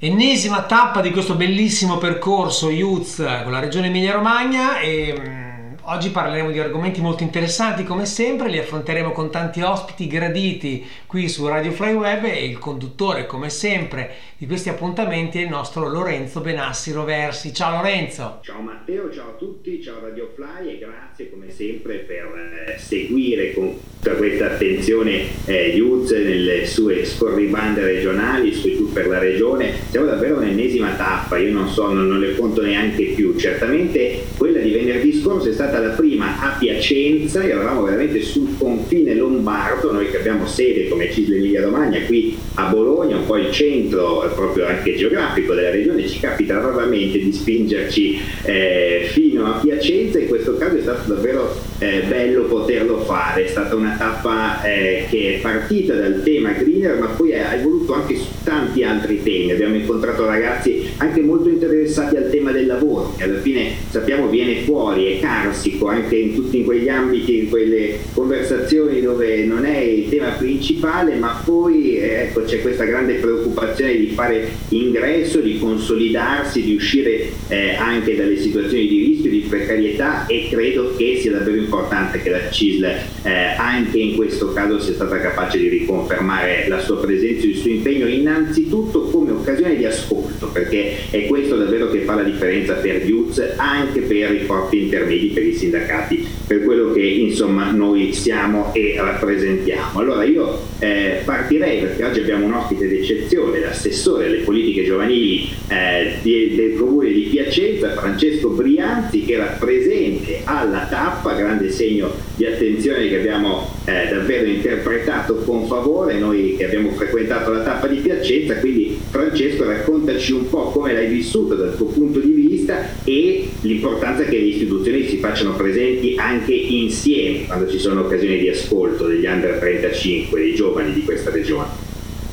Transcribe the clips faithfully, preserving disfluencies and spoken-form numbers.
Ennesima tappa di questo bellissimo percorso Youth con la regione Emilia-Romagna e mh, oggi parleremo di argomenti molto interessanti come sempre, li affronteremo con tanti ospiti graditi qui su Radio Fly Web e il conduttore come sempre di questi appuntamenti è il nostro Lorenzo Benassi Roversi. Ciao Lorenzo! Ciao Matteo, ciao a tutti, ciao Radio Fly e grazie come sempre per eh, seguire con tutta questa attenzione eh, Youth nelle sue scorribande regionali, sui tour per la regione. Siamo davvero un'ennesima tappa, io non so, non, non le conto neanche più. Certamente quella di venerdì scorso è stata la prima a Piacenza, eravamo veramente sul confine lombardo, noi che abbiamo sede come C I S L Emilia Romagna qui a Bologna, un po' il centro proprio anche geografico della regione, ci capita raramente di spingerci eh, fino a Piacenza. In questo caso è stato davvero eh, bello poterlo fare, è stata una tappa eh, che è partita dal tema greener ma poi ha evoluto anche su tanti altri temi. Abbiamo incontrato ragazzi anche molto interessati al tema del lavoro, che alla fine sappiamo viene fuori, è carsico anche in tutti in quegli ambiti, in quelle conversazioni dove non è il tema principale, ma poi eh, ecco c'è questa grande preoccupazione di fare ingresso, di consolidarsi, di uscire eh, anche dalle situazioni di rischio, di precarietà, e credo che sia davvero importante che la C I S L eh, anche in questo caso sia stata capace di riconfermare la sua presenza e il suo impegno, innanzitutto come occasione di ascolto, perché è questo davvero che fa la differenza per Youth, anche per i corpi intermedi, per i sindacati, per quello che insomma noi siamo e rappresentiamo. Allora io eh, partirei, perché oggi abbiamo un ospite d'eccezione, l'assessore alle politiche giovanili eh, di, del comune di Piacenza, Francesco Brianzi, che era presente alla tappa, grande segno di attenzione che abbiamo eh, davvero interpretato con favore noi che abbiamo frequentato la tappa di Piacenza. Quindi Francesco, raccontaci un po' come l'hai vissuto dal tuo punto di vista e l'importanza che le istituzioni si facciano presenti anche insieme quando ci sono occasioni di ascolto degli under trentacinque, dei giovani di questa regione.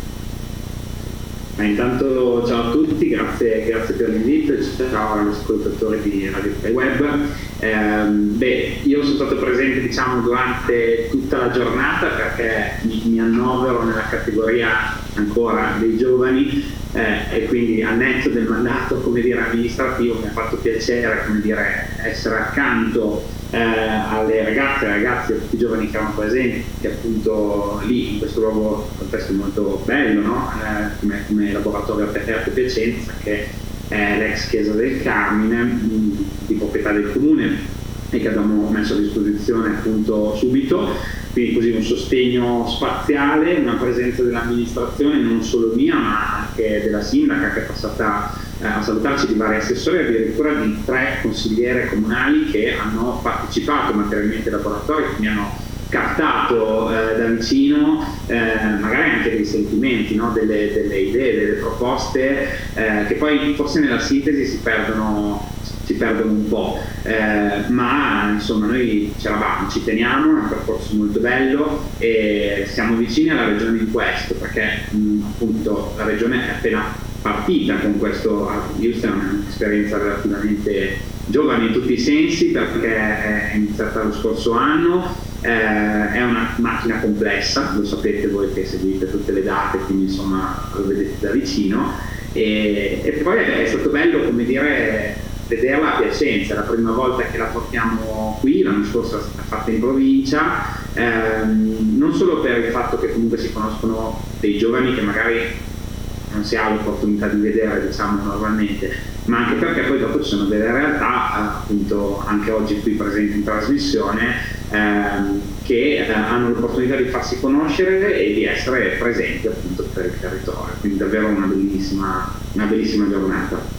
Ma intanto ciao a tutti, grazie, grazie per l'invito, ciao agli ascoltatori di Radio Fly Web. Eh, beh, io sono stato presente diciamo durante tutta la giornata perché mi, mi annovero nella categoria ancora dei giovani eh, e quindi al netto del mandato come dire amministrativo mi ha fatto piacere come dire essere accanto Eh, alle ragazze e ragazzi, a tutti i giovani che erano presenti, che appunto lì in questo luogo, un contesto molto bello, no? eh, come, come laboratorio aperto Piacenza, che è l'ex chiesa del Carmine, mh, di proprietà del comune e che abbiamo messo a disposizione appunto subito, quindi così un sostegno spaziale, una presenza dell'amministrazione non solo mia ma anche della sindaca che è passata a salutarci, di vari assessori, addirittura di tre consigliere comunali che hanno partecipato materialmente ai laboratori, che mi hanno captato eh, da vicino eh, magari anche dei sentimenti, no? delle, delle idee, delle proposte eh, che poi forse nella sintesi si perdono si perdono un po', eh, ma insomma noi ce l'avamo, ci teniamo, è un percorso molto bello e siamo vicini alla regione in questo, perché mh, appunto la regione è appena partita con questo. Youth è un'esperienza relativamente giovane in tutti i sensi perché è iniziata lo scorso anno, eh, è una macchina complessa, lo sapete voi che seguite tutte le date, quindi insomma lo vedete da vicino, e, e poi è stato bello come dire vederla a Piacenza, è la prima volta che la portiamo qui, l'anno scorso è stata fatta in provincia, ehm, non solo per il fatto che comunque si conoscono dei giovani che magari non si ha l'opportunità di vedere diciamo normalmente, ma anche perché poi dopo ci sono delle realtà appunto anche oggi qui presenti in trasmissione ehm, che eh, hanno l'opportunità di farsi conoscere e di essere presenti appunto per il territorio, quindi davvero una bellissima, una bellissima giornata.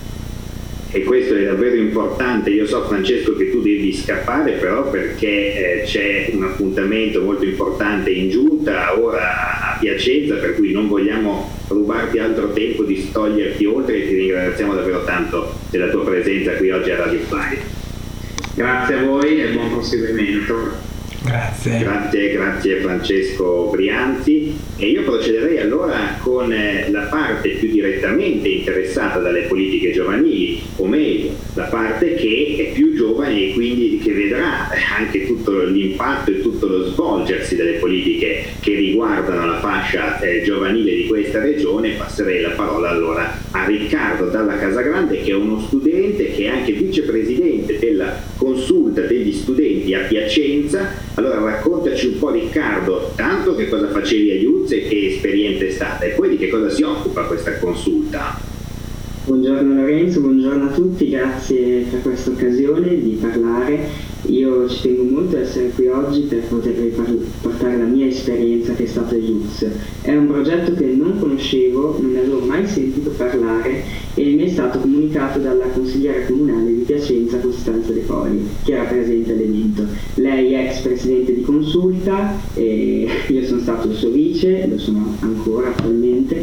E questo è davvero importante. Io so, Francesco, che tu devi scappare però perché eh, c'è un appuntamento molto importante in giunta ora a Piacenza, per cui non vogliamo rubarti altro tempo, di toglierti oltre, e ti ringraziamo davvero tanto della tua presenza qui oggi a Radio Fly. Grazie a voi e buon proseguimento. Grazie. Grazie, grazie Francesco Brianzi. E io procederei allora con eh, la parte più direttamente interessata dalle politiche giovanili, o meglio, la parte che è più giovane e quindi che vedrà anche tutto l'impatto e tutto lo svolgersi delle politiche che riguardano la fascia eh, giovanile di questa regione. Passerei la parola allora a Riccardo Dalla Casagrande, che è uno studente, che è anche vicepresidente della consulta degli studenti a Piacenza. Allora raccontaci un po', Riccardo, tanto che cosa facevi a Youth e che esperienza è stata, e poi di che cosa si occupa questa consulta. Buongiorno Lorenzo, buongiorno a tutti, grazie per questa occasione di parlare. Io ci tengo molto ad essere qui oggi per potervi par- portare la mia esperienza che è stata Youth. È un progetto che non conoscevo, non ne avevo mai sentito parlare e mi è stato comunicato dalla consigliera comunale di Piacenza, Costanza De Poli, che era presente all'evento. Lei è ex presidente di consulta, e io sono stato il suo vice, lo sono ancora attualmente,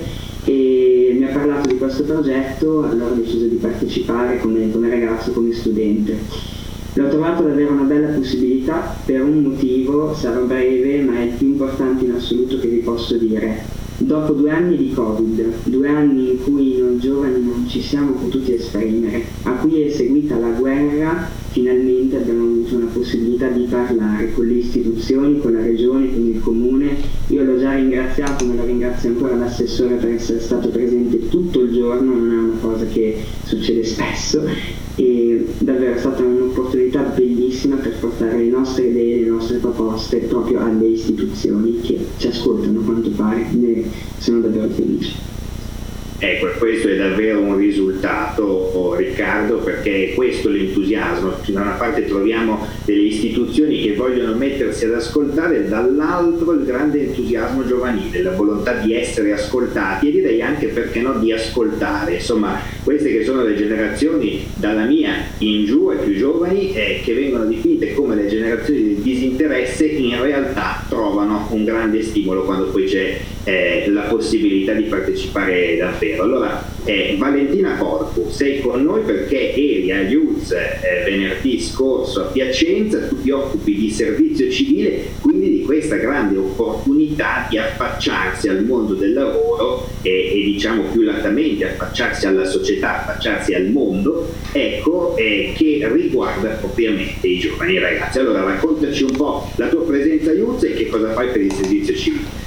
e mi ha parlato di questo progetto. Allora ho deciso di partecipare come, come ragazzo, come studente. L'ho trovato davvero una bella possibilità per un motivo, sarò breve, ma è il più importante in assoluto che vi posso dire. Dopo due anni di Covid, due anni in cui noi giovani non ci siamo potuti esprimere, a cui è seguita la guerra, finalmente abbiamo avuto una possibilità di parlare con le istituzioni, con la regione, con il comune. Io l'ho già ringraziato, ma lo ringrazio ancora l'assessore per essere stato presente tutto il giorno, non è una cosa che succede spesso, e davvero è stata un'opportunità bellissima per portare le nostre idee, le nostre proposte proprio alle istituzioni che ci ascoltano, a quanto pare, ne sono davvero felice. Ecco, questo è davvero un risultato, oh, Riccardo, perché è questo l'entusiasmo. Da una parte troviamo delle istituzioni che vogliono mettersi ad ascoltare, dall'altro il grande entusiasmo giovanile, la volontà di essere ascoltati e direi anche, perché no, di ascoltare. Insomma, queste che sono le generazioni dalla mia in giù e più giovani, eh, che vengono dipinte come le generazioni del disinteresse, in realtà trovano un grande stimolo quando poi c'è eh, la possibilità di partecipare davvero. Allora, eh, Valentina Corpu, sei con noi perché eri a Youth eh, venerdì scorso a Piacenza. Tu ti occupi di servizio civile, quindi di questa grande opportunità di affacciarsi al mondo del lavoro e, e diciamo più lattamente affacciarsi alla società, affacciarsi al mondo, ecco, eh, che riguarda propriamente i giovani ragazzi. Allora raccontaci un po' la tua presenza a Youth e che cosa fai per il servizio civile.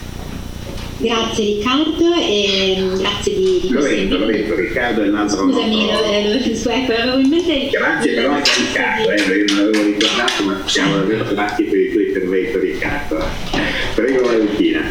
Grazie Riccardo e grazie di, di Lorenzo, Lorenzo, Riccardo è un altro Scusami, Lorenzo, ecco, avevo in mente... Grazie però anche a Riccardo, eh, io non l'avevo ricordato, ma siamo davvero grati per il tuo intervento, Riccardo. Prego Valentina.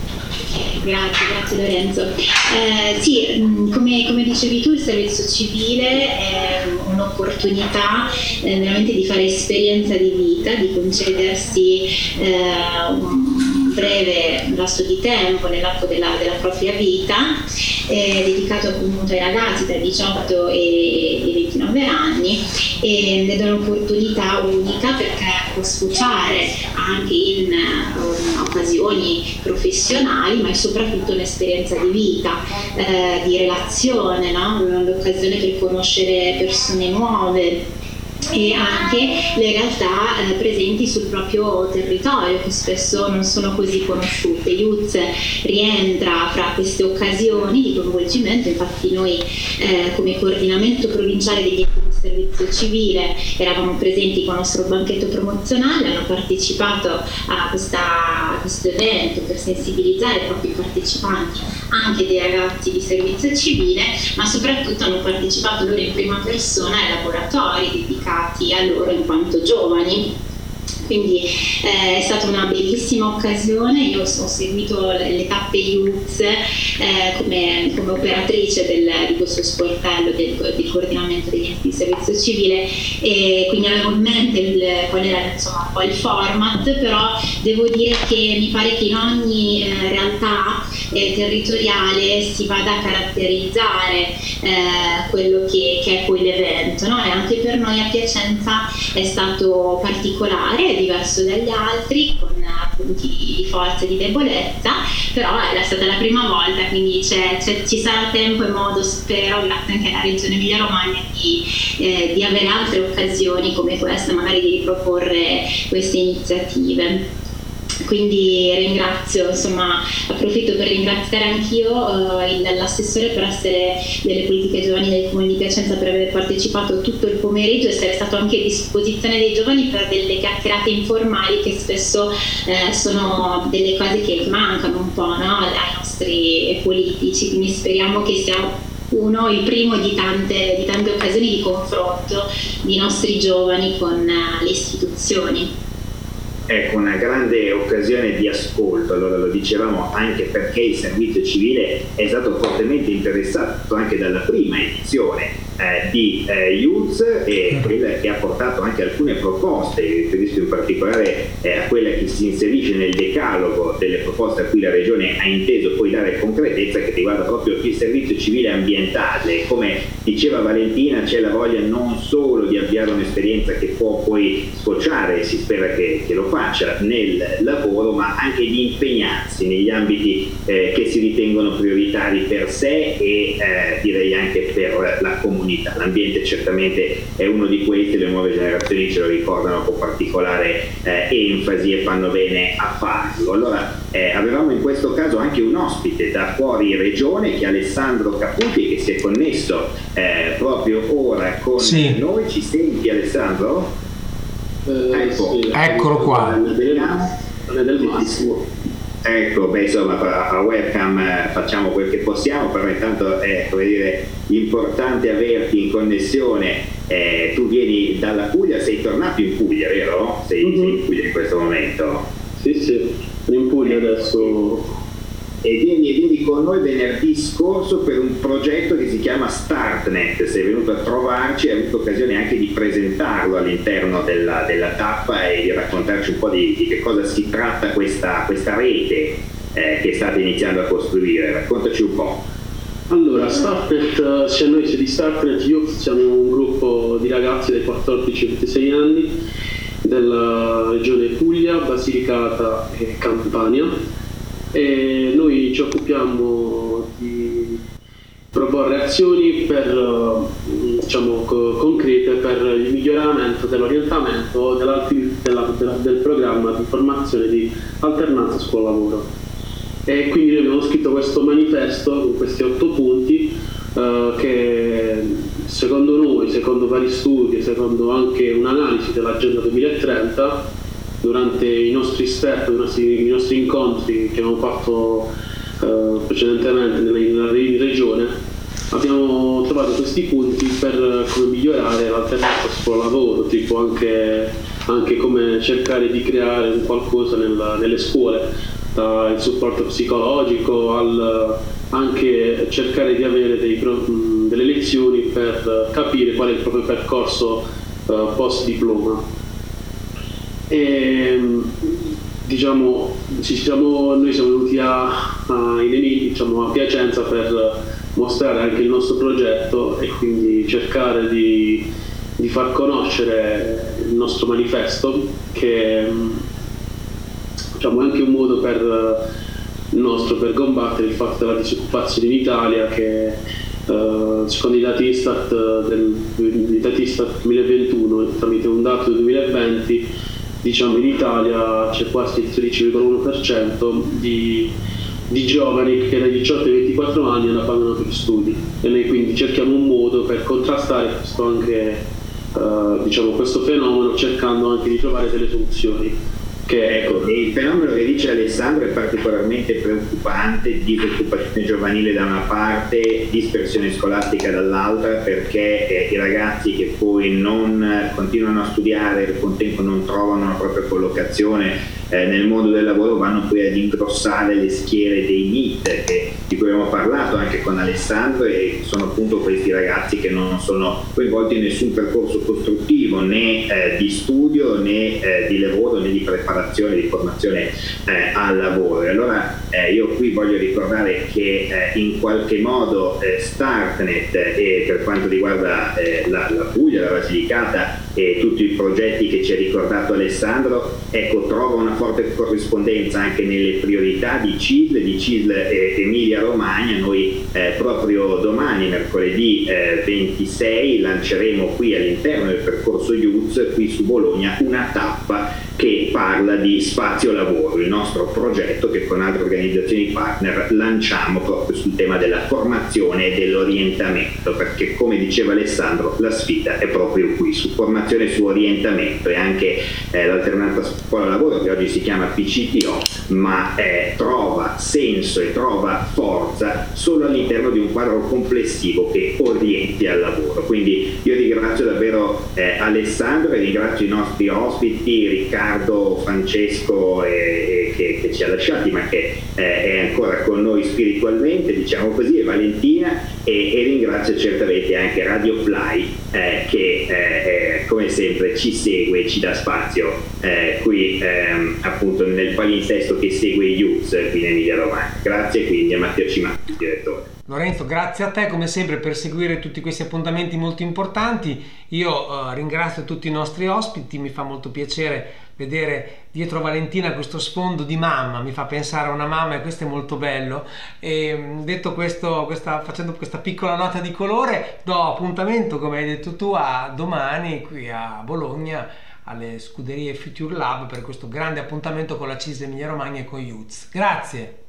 Grazie, grazie Lorenzo. Eh, sì, come, come dicevi tu, il servizio civile è un'opportunità eh, veramente di fare esperienza di vita, di concedersi eh, un breve lasso di tempo nell'arco della, della propria vita, eh, dedicato appunto ai ragazzi tra i diciotto e i ventinove anni, ed è un'opportunità unica perché può sfociare anche in um, occasioni professionali, ma è soprattutto un'esperienza di vita, eh, di relazione, no? L'occasione per conoscere persone nuove e anche le realtà eh, presenti sul proprio territorio, che spesso non sono così conosciute. Youth rientra fra queste occasioni di coinvolgimento. Infatti noi eh, come coordinamento provinciale degli enti di servizio civile eravamo presenti con il nostro banchetto promozionale, hanno partecipato a, questa, a questo evento per sensibilizzare i propri partecipanti, anche dei ragazzi di servizio civile, ma soprattutto hanno partecipato loro in prima persona ai laboratori dedicati a loro in quanto giovani. Quindi eh, è stata una bellissima occasione. Io ho seguito le, le tappe Youth eh, come, come operatrice del, di questo sportello del, del coordinamento degli enti di servizio civile, e quindi avevo in mente il, qual era insomma un po' il format, però devo dire che mi pare che in ogni eh, realtà eh, territoriale si vada a caratterizzare eh, quello che, che è poi l'evento, no? E anche per noi a Piacenza è stato particolare, diverso dagli altri, con punti di forza e di debolezza, però è stata la prima volta, quindi c'è, c'è, ci sarà tempo e modo, spero, grazie anche alla Regione Emilia Romagna, di, eh, di avere altre occasioni come questa, magari di riproporre queste iniziative. quindi ringrazio, insomma, approfitto per ringraziare anch'io uh, il, l'assessore per essere delle politiche giovanili del Comune di Piacenza, per aver partecipato tutto il pomeriggio e essere stato anche a disposizione dei giovani per delle chiacchierate informali che spesso eh, sono delle cose che mancano un po', no, ai nostri politici, quindi speriamo che sia uno, il primo di tante, di tante occasioni di confronto di nostri giovani con uh, le istituzioni. Ecco, una grande occasione di ascolto, allora lo dicevamo anche perché il servizio civile è stato fortemente interessato anche dalla prima edizione eh, di eh, Youth, e quella che ha portato anche alcune proposte, mi riferisco in particolare eh, a quella che si inserisce nel decalogo delle proposte a cui la Regione ha inteso poi dare concretezza, che riguarda proprio il servizio civile ambientale. Come diceva Valentina, c'è la voglia non solo di avviare un'esperienza che può poi sfociare, si spera che, che lo faccia nel lavoro, ma anche di impegnarsi negli ambiti eh, che si ritengono prioritari per sé e eh, direi anche per la comunità. L'ambiente certamente è uno di questi, le nuove generazioni ce lo ricordano con particolare eh, enfasi e fanno bene a farlo. Allora eh, avevamo in questo caso anche un ospite da fuori regione, che è Alessandro Caputi, che si è connesso eh, proprio ora con sì. noi. Ci senti, Alessandro? Eh, ecco. sì, Eccolo qua. Non è del massimo. Ecco, beh, insomma, a webcam eh, facciamo quel che possiamo, però intanto è, come dire, importante averti in connessione. Eh, tu vieni dalla Puglia, sei tornato in Puglia, vero? Sei, mm-hmm. sei in Puglia in questo momento? Sì, sì, sono in Puglia adesso. E vieni, vieni con noi venerdì scorso per un progetto che si chiama StartNet. Sei venuto a trovarci, hai avuto occasione anche di presentarlo all'interno della, della tappa e di raccontarci un po' di, di che cosa si tratta questa, questa rete eh, che state iniziando a costruire. Raccontaci un po'. Allora, StartNet, cioè noi di StartNet Youth siamo un gruppo di ragazzi dai quattordici ai ventisei anni della regione Puglia, Basilicata e Campania. E noi ci occupiamo di proporre azioni per, diciamo, co- concrete per il miglioramento dell'orientamento della, della, della, del programma di formazione di alternanza scuola-lavoro. E quindi noi abbiamo scritto questo manifesto con questi otto punti eh, che secondo noi, secondo vari studi, secondo anche un'analisi dell'Agenda duemilatrenta, durante i nostri step, i nostri, i nostri incontri che abbiamo fatto eh, precedentemente nella, nella regione, abbiamo trovato questi punti per come migliorare l'alternanza scuola-lavoro, tipo anche, anche come cercare di creare un qualcosa nella, nelle scuole, dal supporto psicologico al anche cercare di avere dei, delle lezioni per capire qual è il proprio percorso eh, post diploma. E, diciamo, ci siamo, noi siamo venuti a, a, in Emilia, diciamo, a Piacenza per mostrare anche il nostro progetto e quindi cercare di, di far conoscere il nostro manifesto, che diciamo, è anche un modo per nostro per combattere il fatto della disoccupazione in Italia, che eh, secondo i dati Istat del i dati Istat duemilaventuno, tramite un dato del duemilaventi, diciamo in Italia c'è quasi il tredici virgola uno per cento di, di giovani che dai diciotto ai ventiquattro anni hanno abbandonato gli studi, e noi quindi cerchiamo un modo per contrastare questo, anche, uh, diciamo, questo fenomeno, cercando anche di trovare delle soluzioni. Che, ecco, il fenomeno che dice Alessandro è particolarmente preoccupante: disoccupazione giovanile da una parte, dispersione scolastica dall'altra, perché eh, i ragazzi che poi non eh, continuano a studiare, al contempo non trovano la propria collocazione eh, nel mondo del lavoro, vanno poi ad ingrossare le schiere dei N I T, che, di cui abbiamo parlato anche con Alessandro, e sono appunto questi ragazzi che non sono coinvolti in nessun percorso costruttivo, né eh, di studio, né eh, di lavoro, né di preparazione, di formazione eh, al lavoro. E allora eh, io qui voglio ricordare che eh, in qualche modo eh, StartNet, e per quanto riguarda eh, la, la Puglia, la Basilicata e tutti i progetti che ci ha ricordato Alessandro, ecco, trova una forte corrispondenza anche nelle priorità di C I S L, di C I S L eh, Emilia Romagna. Noi eh, proprio domani, mercoledì eh, ventisei, lanceremo qui all'interno del percorso Youth qui su Bologna una tappa che parla di Spazio Lavoro, il nostro progetto che con altre organizzazioni partner lanciamo proprio sul tema della formazione e dell'orientamento, perché come diceva Alessandro la sfida è proprio qui, su formazione e su orientamento, e anche eh, l'alternanza scuola-lavoro, che oggi si chiama P C T O, ma eh, trova senso e trova forza solo all'interno di un quadro complessivo che orienti al lavoro. Quindi io ringrazio davvero eh, Alessandro e ringrazio i nostri ospiti Riccardo, Francesco e, e che, che ci ha lasciati ma che eh, è ancora con noi spiritualmente, diciamo così, e Valentina, e, e ringrazio certamente anche Radio Fly eh, che eh, come sempre ci segue e ci dà spazio eh, qui ehm, appunto nel palinsesto che segue Youth qui in Emilia Romagna. Grazie quindi a Matteo Cimatti, direttore. Lorenzo, grazie a te come sempre per seguire tutti questi appuntamenti molto importanti. Io uh, ringrazio tutti i nostri ospiti, mi fa molto piacere vedere dietro a Valentina questo sfondo di mamma, mi fa pensare a una mamma e questo è molto bello. E detto questo, questa, facendo questa piccola nota di colore, do appuntamento, come hai detto tu, a domani qui a Bologna alle scuderie Future Lab per questo grande appuntamento con la C I S Emilia Romagna e con Youth. Grazie.